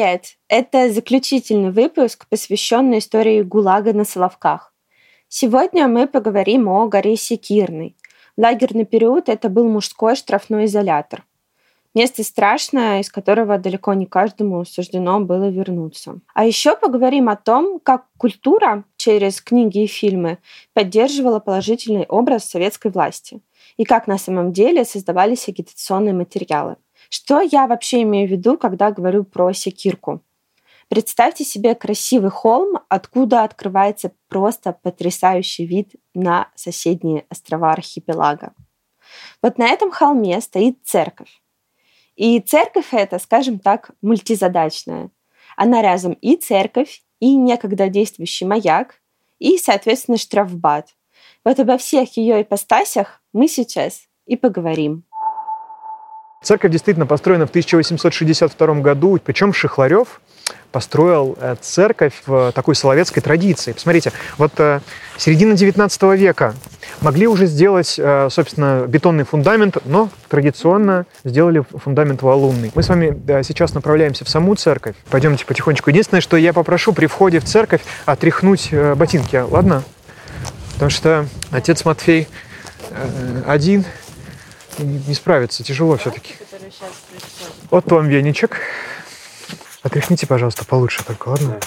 Привет! Это заключительный выпуск, посвященный истории ГУЛАГа на Соловках. Сегодня мы поговорим о горе Секирной. В лагерный период это был мужской штрафной изолятор. Место страшное, из которого далеко не каждому суждено было вернуться. А еще поговорим о том, как культура через книги и фильмы поддерживала положительный образ советской власти и как на самом деле создавались агитационные материалы. Что я вообще имею в виду, когда говорю про Секирку? Представьте себе красивый холм, откуда открывается просто потрясающий вид на соседние острова архипелага. Вот на этом холме стоит церковь. И церковь эта, скажем так, мультизадачная. Она разом и церковь, и некогда действующий маяк, и, соответственно, штрафбат. Вот обо всех ее ипостасях мы сейчас и поговорим. Церковь действительно построена в 1862 году, причем Шихларев построил церковь в такой соловецкой традиции. Посмотрите, вот середина 19 века могли уже сделать, собственно, бетонный фундамент, но традиционно сделали фундамент валунный. Мы с вами сейчас направляемся в саму церковь. Пойдемте потихонечку. Единственное, что я попрошу при входе в церковь отряхнуть ботинки, ладно? Потому что отец Матфей один не справится, тяжело все-таки. Вот вам веничек. Отряхните, пожалуйста, получше только, ладно?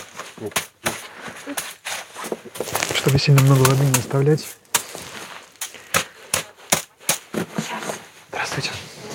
Чтобы сильно много воды не оставлять. Здравствуйте.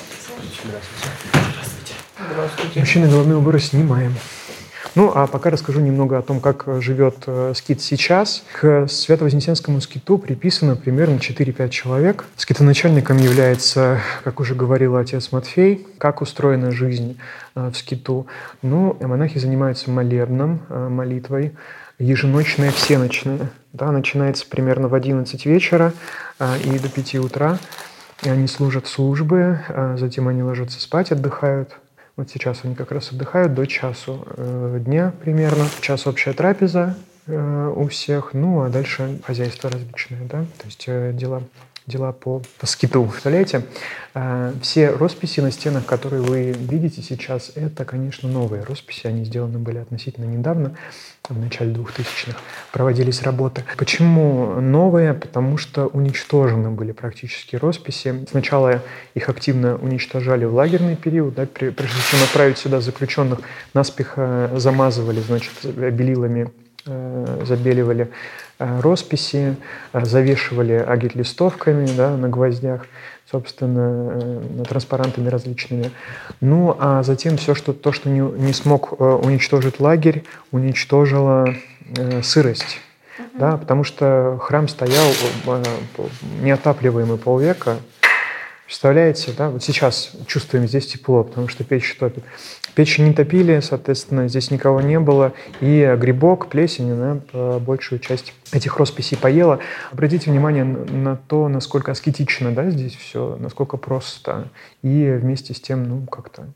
Здравствуйте. Мужчины, головные уборы снимаем. Ну, а пока расскажу немного о том, как живет скит сейчас. К Свято-Вознесенскому скиту приписано примерно 4-5 человек. Скитоначальником является, как уже говорил отец Матфей. Как устроена жизнь в скиту? Ну, монахи занимаются молебном, молитвой, еженочная, всеночная. Да, начинается примерно в 11 вечера и до 5 утра. Они служат службы, затем они ложатся спать, отдыхают. Вот сейчас они как раз отдыхают до часу дня примерно. Час общая трапеза у всех, ну а дальше хозяйство различное, да, то есть дела по скиту. Представляете, все росписи на стенах, которые вы видите сейчас, это, конечно, новые росписи. Они сделаны были относительно недавно, в начале 2000-х проводились работы. Почему новые? Потому что уничтожены были практически росписи. Сначала их активно уничтожали в лагерный период, да, прежде чем отправить сюда заключенных, наспех замазывали, значит, белилами, забеливали росписи, завешивали агит-листовками, да, на гвоздях, собственно, транспарантами различными. Ну, а затем все, что не смог уничтожить лагерь, уничтожила сырость. Да, потому что храм стоял неотапливаемый полвека. Представляете, да, вот сейчас чувствуем здесь тепло, потому что печь топит. Печи не топили, соответственно, здесь никого не было, и грибок, плесень, она большую часть этих росписей поела. Обратите внимание на то, насколько аскетично, да, здесь все, насколько просто, и вместе с тем, ну, как-то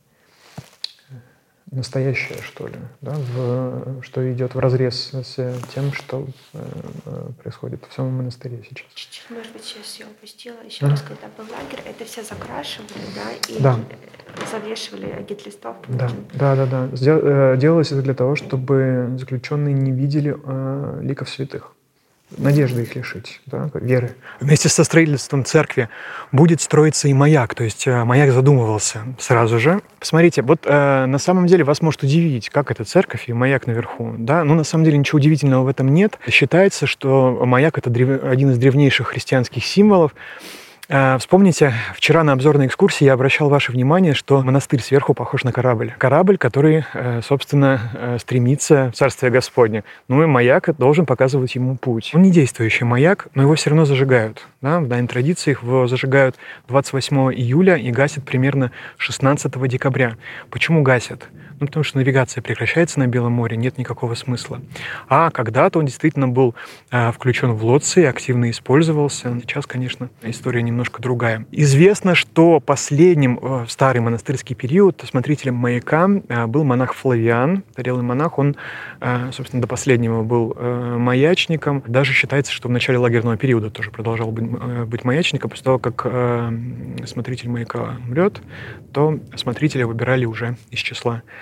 настоящее, что ли, да, что идет вразрез с тем, что происходит в самом монастыре сейчас. Чуть-чуть, может быть, сейчас я упустила. Еще раз, когда был лагерь, это все закрашивали, да, и да. Завешивали агит-листовки. Да. Делалось это для того, чтобы заключенные не видели ликов святых. Надежды их лишить, да, веры. Вместе со строительством церкви будет строиться и маяк, то есть маяк задумывался сразу же. Посмотрите, вот на самом деле вас может удивить, как эта церковь и маяк наверху, да, но на самом деле ничего удивительного в этом нет. Считается, что маяк — это один из древнейших христианских символов. Вспомните, вчера на обзорной экскурсии я обращал ваше внимание, что монастырь сверху похож на корабль. Корабль, который, собственно, стремится в Царствие Господне. Ну и маяк должен показывать ему путь. Он не действующий маяк, но его все равно зажигают. Да? В данной традиции его зажигают 28 июля и гасят примерно 16 декабря. Почему гасят? Ну, потому что навигация прекращается на Белом море, нет никакого смысла. А когда-то он действительно был включен в лоции, активно использовался. Сейчас, конечно, история немножко другая. Известно, что последним в старый монастырский период смотрителем маяка был монах Флавиан, старелый монах. Он, собственно, до последнего был маячником. Даже считается, что в начале лагерного периода тоже продолжал быть маячником. После того, как смотритель маяка умрет, то смотрителя выбирали уже из числа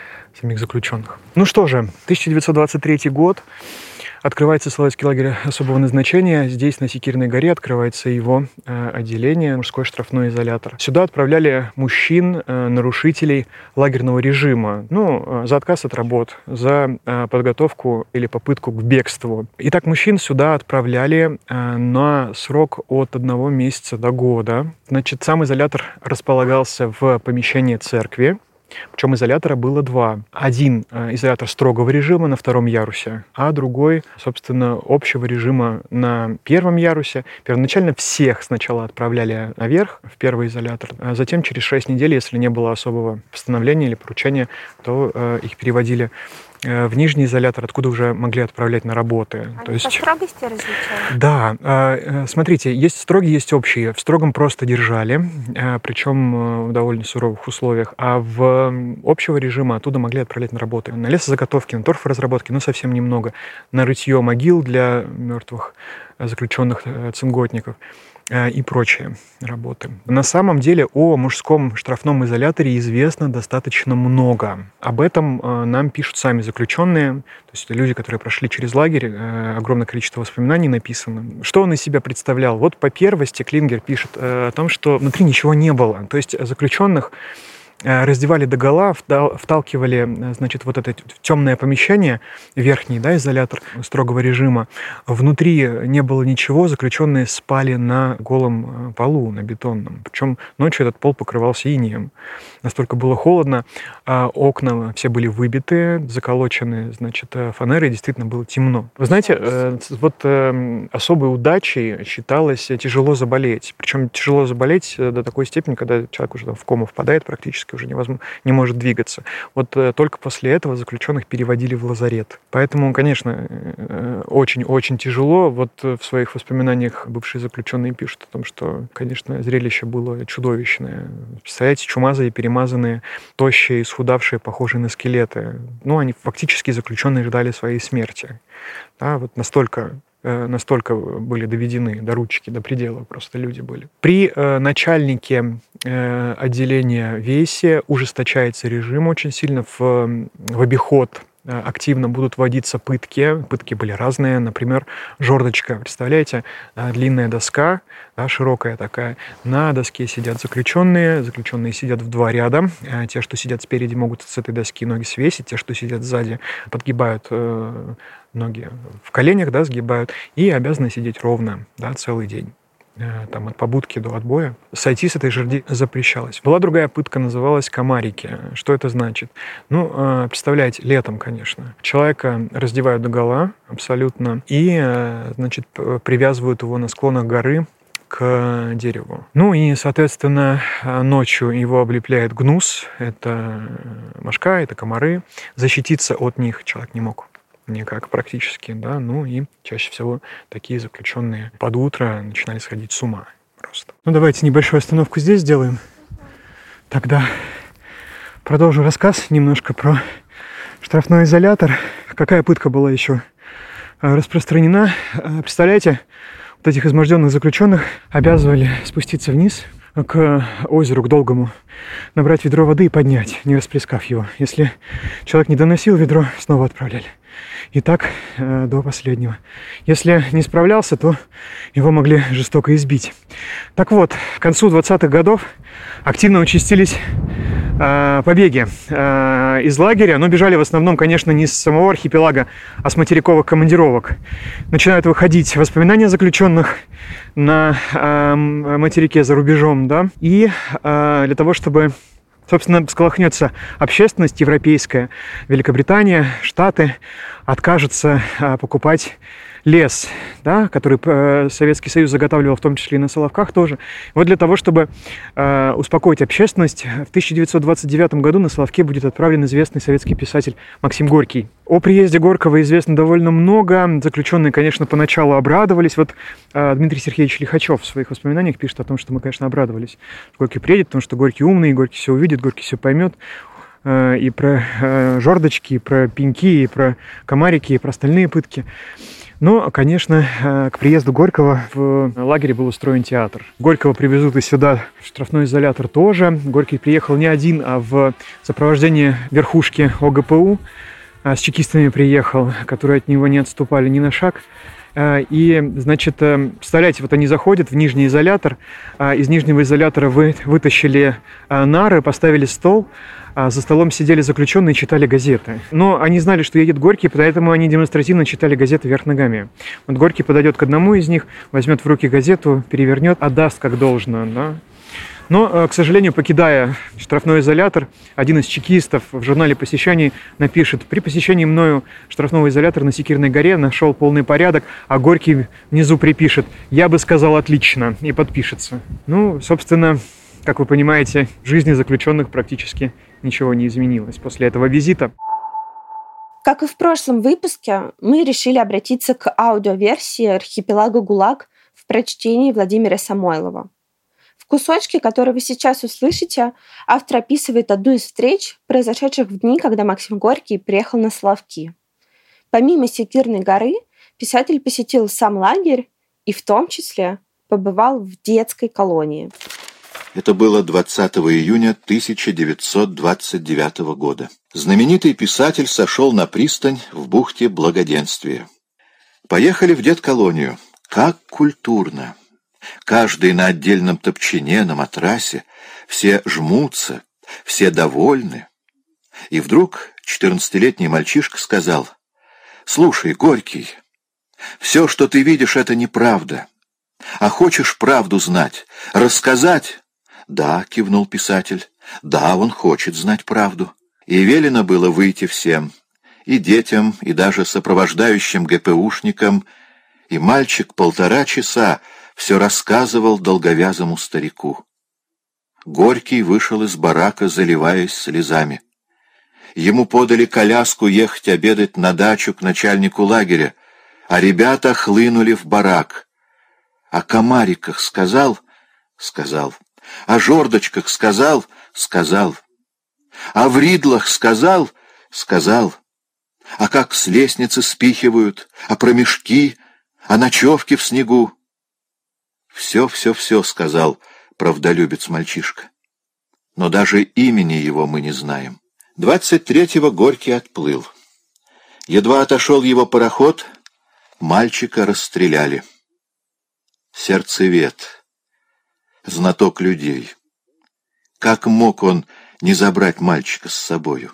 самих заключенных. Ну что же, 1923 год. Открывается Соловецкий лагерь особого назначения. Здесь, на Секирной горе, открывается его отделение, мужской штрафной изолятор. Сюда отправляли мужчин, нарушителей лагерного режима. За отказ от работ, за подготовку или попытку к бегству. Итак, мужчин сюда отправляли на срок от 1 месяца до года. Значит, сам изолятор располагался в помещении церкви. Причем изолятора было 2. Один изолятор строгого режима на 2 ярусе, а другой, собственно, общего режима на 1 ярусе. Первоначально всех сначала отправляли наверх, в 1 изолятор, а затем через 6 недель, если не было особого постановления или поручения, то их переводили в нижний изолятор, откуда уже могли отправлять на работы. То есть по строгости различают? Да. Смотрите, есть строгие, есть общие. В строгом просто держали, причем в довольно суровых условиях, а в общего режима оттуда могли отправлять на работы. На лесозаготовки, на торфоразработки, совсем немного. На рытье могил для мертвых заключенных цинготников и прочие работы. На самом деле о мужском штрафном изоляторе известно достаточно много. Об этом нам пишут сами заключенные, то есть люди, которые прошли через лагерь, огромное количество воспоминаний написано. Что он из себя представлял? Вот по первости Клингер пишет о том, что внутри ничего не было. То есть заключенных раздевали догола, вталкивали, значит, вот это темное помещение, верхний, изолятор строгого режима. Внутри не было ничего, заключенные спали на голом полу, на бетонном. Причем ночью этот пол покрывался инеем. Настолько было холодно, окна все были выбиты, заколочены, значит, фанерой, действительно было темно. Вы знаете, особой удачей считалось тяжело заболеть. Причем тяжело заболеть до такой степени, когда человек уже в кому впадает практически, уже не может двигаться. Только после этого заключенных переводили в лазарет. Поэтому, конечно, очень-очень тяжело. В своих воспоминаниях бывшие заключенные пишут о том, что, конечно, зрелище было чудовищное. Представляете, чумазые, перемазанные, тощие, исхудавшие, похожие на скелеты. Они фактически, заключенные, ждали своей смерти. Настолько были доведены до ручки, до предела просто люди были. При начальнике отделения Вейсе ужесточается режим очень сильно. В обиход активно будут вводиться пытки. Пытки были разные. Например, жердочка. Представляете? Длинная доска, широкая такая. На доске сидят заключенные. Заключенные сидят в 2 ряда. Те, что сидят спереди, могут с этой доски ноги свесить. Те, что сидят сзади, подгибают ноги в коленях, сгибают. И обязаны сидеть ровно, целый день. От побудки до отбоя. Сойти с этой жерди запрещалось. Была другая пытка, называлась комарики. Что это значит? Представляете, летом, конечно. Человека раздевают догола абсолютно и, значит, привязывают его на склонах горы к дереву. И, соответственно, ночью его облепляет гнус. Это мошка, это комары. Защититься от них человек не мог. Никак практически, и чаще всего такие заключенные под утро начинали сходить с ума просто. Давайте небольшую остановку здесь сделаем. Тогда продолжу рассказ немножко про штрафной изолятор. Какая пытка была еще распространена? Представляете, этих изможденных заключенных обязывали спуститься вниз к озеру, к Долгому, набрать ведро воды и поднять, не расплескав его. Если человек не доносил ведро, снова отправляли. И так до последнего. Если не справлялся, то его могли жестоко избить. Так вот, к концу 20-х годов активно участились побеги из лагеря, но бежали в основном, конечно, не с самого архипелага, а с материковых командировок. Начинают выходить воспоминания заключенных на материке за рубежом, и для того, чтобы, собственно, всколыхнется общественность европейская, Великобритания, Штаты откажутся покупать лес, который Советский Союз заготавливал, в том числе и на Соловках тоже. Для того, чтобы успокоить общественность, в 1929 году на Соловки будет отправлен известный советский писатель Максим Горький. О приезде Горького известно довольно много. Заключенные, конечно, поначалу обрадовались. Дмитрий Сергеевич Лихачев в своих воспоминаниях пишет о том, что мы, конечно, обрадовались. Горький приедет, потому что Горький умный, Горький все увидит, Горький все поймет. и про жердочки, и про пеньки, и про комарики, и про остальные пытки. Но, конечно, к приезду Горького в лагере был устроен театр. Горького привезут и сюда в штрафной изолятор тоже. Горький приехал не один, а в сопровождении верхушки ОГПУ. С чекистами приехал, которые от него не отступали ни на шаг. И, значит, представляете, вот они заходят в нижний изолятор, из нижнего изолятора вытащили нары, поставили стол, за столом сидели заключенные и читали газеты. Но они знали, что едет Горький, поэтому они демонстративно читали газеты вверх ногами. Вот Горький подойдет к одному из них, возьмет в руки газету, перевернет, отдаст как должно, да? Но, к сожалению, покидая штрафной изолятор, один из чекистов в журнале «Посещений» напишет: «При посещении мною штрафного изолятора на Секирной горе нашел полный порядок», а Горький внизу припишет: «Я бы сказал, отлично», и подпишется. Ну, собственно, как вы понимаете, в жизни заключенных практически ничего не изменилось после этого визита. Как и в прошлом выпуске, мы решили обратиться к аудиоверсии «Архипелага ГУЛАГ» в прочтении Владимира Самойлова. В кусочке, который вы сейчас услышите, автор описывает одну из встреч, произошедших в дни, когда Максим Горький приехал на Соловки. Помимо Секирной горы, писатель посетил сам лагерь и в том числе побывал в детской колонии. Это было 20 июня 1929 года. Знаменитый писатель сошел на пристань в бухте Благоденствия. Поехали в детколонию. Как культурно! Каждый на отдельном топчине, на матрасе, все жмутся, все довольны. И вдруг 14-летний мальчишка сказал: «Слушай, Горький, все, что ты видишь, это неправда. А хочешь правду знать, рассказать?» «Да», — кивнул писатель, — «да, он хочет знать правду». И велено было выйти всем, и детям, и даже сопровождающим ГПУшникам, и мальчик 1,5 часа все рассказывал долговязому старику. Горький вышел из барака, заливаясь слезами. Ему подали коляску ехать обедать на дачу к начальнику лагеря, а ребята хлынули в барак. О комариках сказал? Сказал. О жердочках сказал? Сказал. О вридлах сказал? Сказал. А как с лестницы спихивают? А про мешки? А ночевки в снегу? Все сказал правдолюбец-мальчишка. Но даже имени его мы не знаем. 23-го Горький отплыл. Едва отошел его пароход, мальчика расстреляли. Сердцевед, знаток людей. Как мог он не забрать мальчика с собою?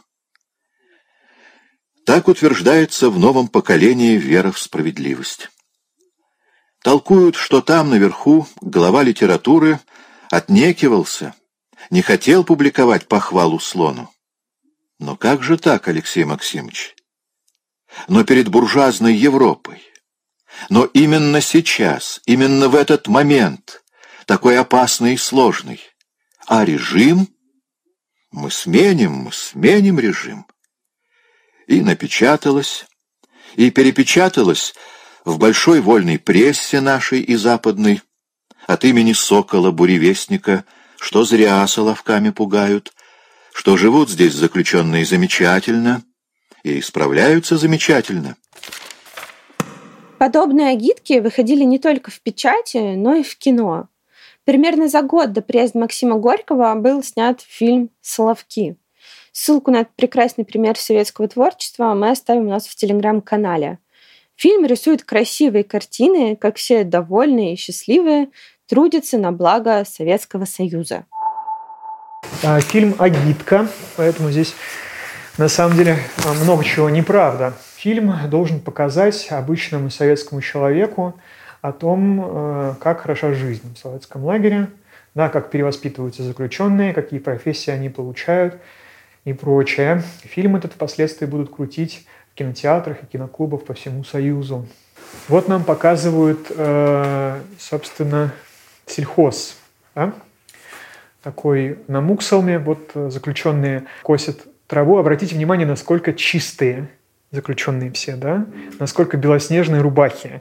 Так утверждается в новом поколении вера в справедливость. Толкуют, что там, наверху, глава литературы отнекивался, не хотел публиковать похвалу слону. Но как же так, Алексей Максимович? Но перед буржуазной Европой, но именно сейчас, именно в этот момент, такой опасный и сложный. А режим? Мы сменим режим. И напечаталось, и перепечаталось в большой вольной прессе нашей и западной, от имени Сокола, буревестника, что зря соловками пугают, что живут здесь заключенные замечательно и справляются замечательно. Подобные агитки выходили не только в печати, но и в кино. Примерно за год до приезда Максима Горького был снят фильм «Соловки». Ссылку на этот прекрасный пример советского творчества мы оставим у нас в телеграм-канале. Фильм рисует красивые картины, как все довольные и счастливые трудятся на благо Советского Союза. Фильм «Агитка», поэтому здесь на самом деле много чего неправда. Фильм должен показать обычному советскому человеку о том, как хороша жизнь в советском лагере, да, как перевоспитываются заключенные, какие профессии они получают и прочее. Фильм этот впоследствии будут крутить в кинотеатрах и киноклубах по всему Союзу. Вот нам показывают, собственно, сельхоз. Да? Такой на Муксалме, вот заключенные косят траву. Обратите внимание, насколько чистые заключенные все, да? Насколько белоснежные рубахи.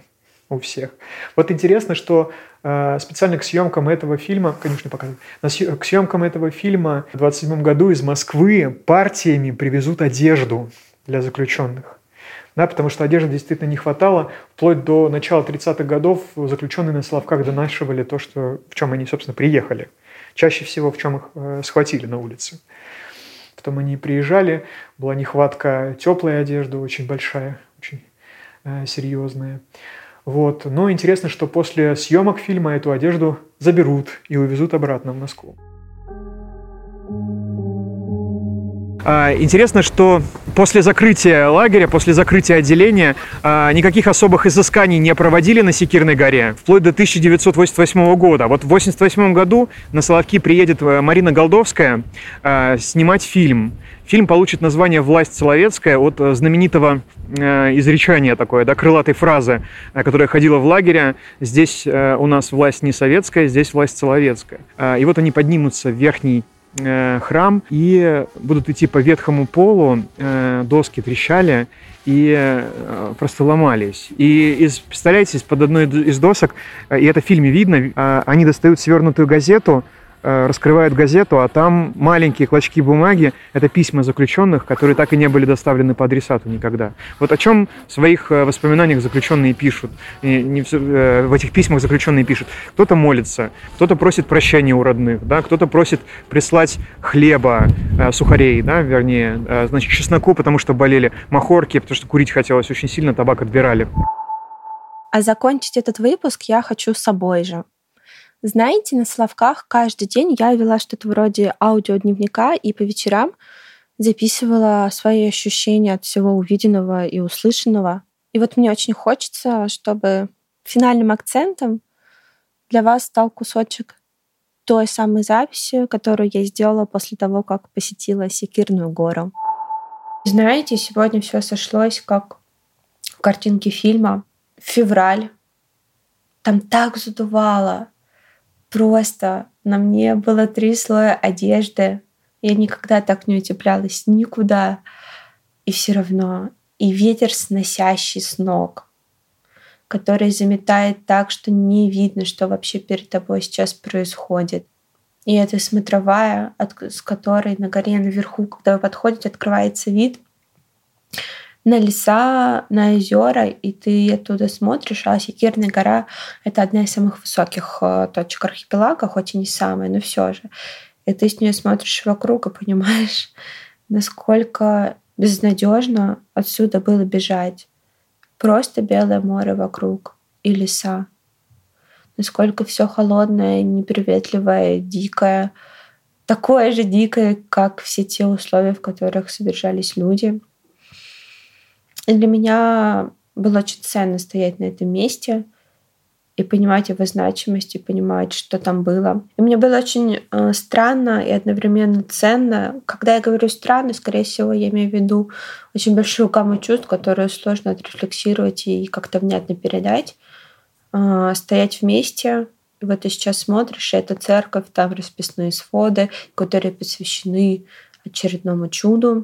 у всех. Вот интересно, что специально к съемкам этого фильма, конечно, показывают, к съемкам этого фильма в 1927 году из Москвы партиями привезут одежду для заключенных. Да, потому что одежды действительно не хватало. Вплоть до начала 30-х годов заключенные на Соловках донашивали то, в чем они, собственно, приехали. Чаще всего в чем их схватили на улице. Потом они приезжали, была нехватка теплой одежды очень большая, очень серьезная. Вот. Но интересно, что после съемок фильма эту одежду заберут и увезут обратно в Москву. Интересно, что после закрытия лагеря, после закрытия отделения никаких особых изысканий не проводили на Секирной горе вплоть до 1988 года. Вот в 1988 году на Соловки приедет Марина Голдовская снимать фильм. Фильм получит название «Власть соловецкая» от знаменитого изречения такое, да, крылатой фразы, которая ходила в лагере: «Здесь у нас власть не советская, здесь власть соловецкая». И вот они поднимутся в верхний храм и будут идти по ветхому полу, доски трещали и просто ломались. И представляете, из-под одной из досок, и это в фильме видно, они достают свернутую газету, раскрывают газету, а там маленькие клочки бумаги — это письма заключенных, которые так и не были доставлены по адресату никогда. Вот о чем в своих воспоминаниях заключенные пишут, в этих письмах заключенные пишут. Кто-то молится, кто-то просит прощения у родных, да, кто-то просит прислать хлеба, сухарей, да, вернее, значит, чесноку, потому что болели, махорки, потому что курить хотелось очень сильно, табак отбирали. А закончить этот выпуск я хочу с собой же. Знаете, на Соловках каждый день я вела что-то вроде аудиодневника и по вечерам записывала свои ощущения от всего увиденного и услышанного. И вот мне очень хочется, чтобы финальным акцентом для вас стал кусочек той самой записи, которую я сделала после того, как посетила Секирную гору. Знаете, сегодня все сошлось, как в картинке фильма. Февраль. Там так задувало. Просто на мне было 3 слоя одежды. Я никогда так не утеплялась никуда. И все равно. И ветер, сносящий с ног, который заметает так, что не видно, что вообще перед тобой сейчас происходит. И это смотровая, с которой на горе наверху, когда вы подходите, открывается вид на леса, на озера, и ты оттуда смотришь, а Секирная гора — это одна из самых высоких точек архипелага, хоть и не самая, но все же. И ты с нее смотришь вокруг и понимаешь, насколько безнадежно отсюда было бежать. Просто белое море вокруг и леса. Насколько все холодное, неприветливое, дикое. Такое же дикое, как все те условия, в которых содержались люди. И для меня было очень ценно стоять на этом месте и понимать его значимость, и понимать, что там было. И мне было очень странно и одновременно ценно. Когда я говорю «странно», скорее всего, я имею в виду очень большую гамму чувств, которые сложно отрефлексировать и как-то внятно передать. Стоять вместе. И вот ты сейчас смотришь, и это церковь, там расписные своды, которые посвящены очередному чуду.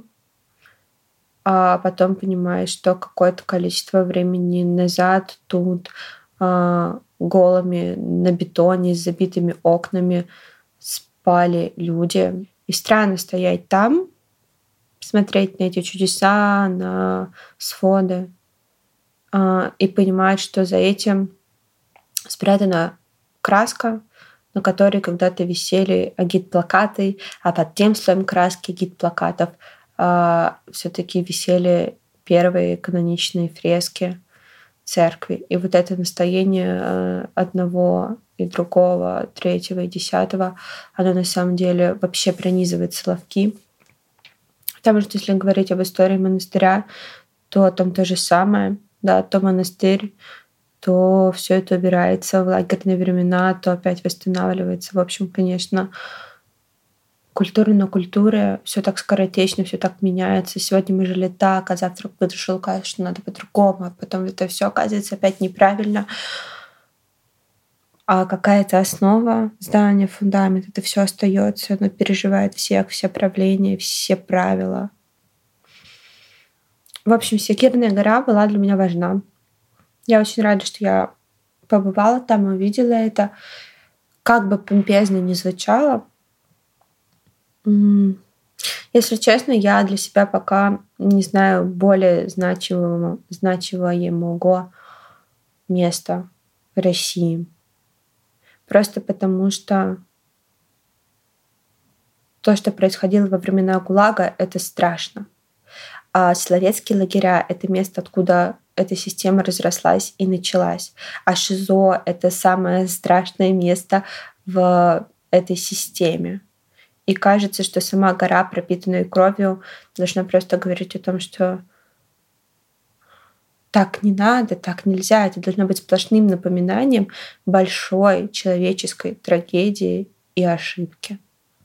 А потом понимаешь, что какое-то количество времени назад тут голыми на бетоне с забитыми окнами спали люди. И странно стоять там, смотреть на эти чудеса, на своды, и понимать, что за этим спрятана краска, на которой когда-то висели агитплакаты, а под тем слоем краски агитплакатов все-таки висели первые каноничные фрески церкви. И вот это настроение одного и другого, третьего и 10, оно на самом деле вообще пронизывает Соловки. Потому что если говорить об истории монастыря, то там то же самое. Да, то монастырь, то все это убирается в лагерные времена, то опять восстанавливается. В общем, конечно, культура на культуре, все так скоротечно, все так меняется. Сегодня мы жили так, а завтра подошел, кажется, что надо по-другому, а потом это все оказывается опять неправильно. А какая-то основа, здание, фундамент, это все остается, оно переживает все правления, все правила. В общем, Секирная гора была для меня важна. Я очень рада, что я побывала там, увидела это. Как бы помпезно ни звучало, если честно, я для себя пока не знаю более значимого места в России. Просто потому что то, что происходило во времена ГУЛАГа, это страшно. А Соловецкие лагеря — это место, откуда эта система разрослась и началась. А ШИЗО — это самое страшное место в этой системе. И кажется, что сама гора, пропитанная кровью, должна просто говорить о том, что так не надо, так нельзя. Это должно быть сплошным напоминанием большой человеческой трагедии и ошибки.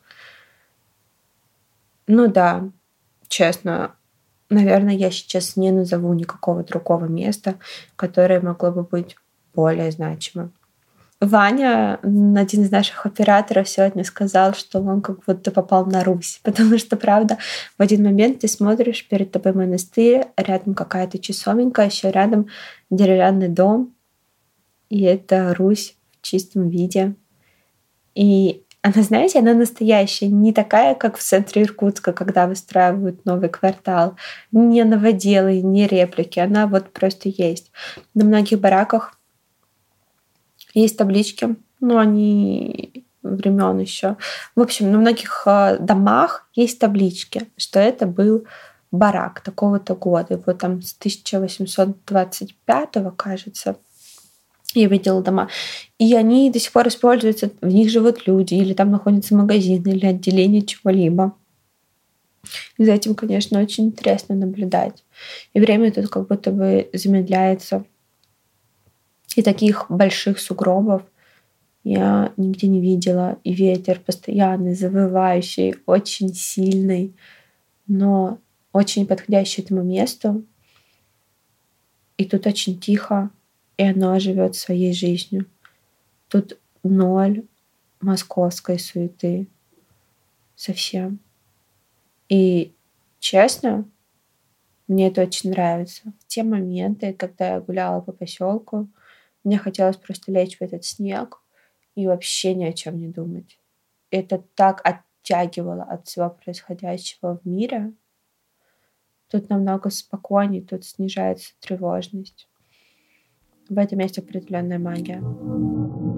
Ну да, честно, наверное, я сейчас не назову никакого другого места, которое могло бы быть более значимым. Ваня, один из наших операторов, сегодня сказал, что он как будто попал на Русь, потому что, правда, в один момент ты смотришь, перед тобой монастырь, рядом какая-то часовенька, еще рядом деревянный дом, и это Русь в чистом виде. И она, знаете, она настоящая, не такая, как в центре Иркутска, когда выстраивают новый квартал. Не новоделы, не реплики, она вот просто есть. На многих бараках есть таблички, но они времен еще. В общем, на многих домах есть таблички, что это был барак такого-то года. Его там с 1825-го, кажется, я видела дома. И они до сих пор используются, в них живут люди, или там находится магазин, или отделение чего-либо. И за этим, конечно, очень интересно наблюдать. И время тут как будто бы замедляется. И таких больших сугробов я нигде не видела. И ветер постоянный, завывающий, очень сильный, но очень подходящий этому месту. И тут очень тихо, и оно живет своей жизнью. Тут ноль московской суеты совсем. И честно, мне это очень нравится. В те моменты, когда я гуляла по поселку, мне хотелось просто лечь в этот снег и вообще ни о чем не думать. Это так оттягивало от всего происходящего в мире. Тут намного спокойнее, тут снижается тревожность. В этом есть определенная магия.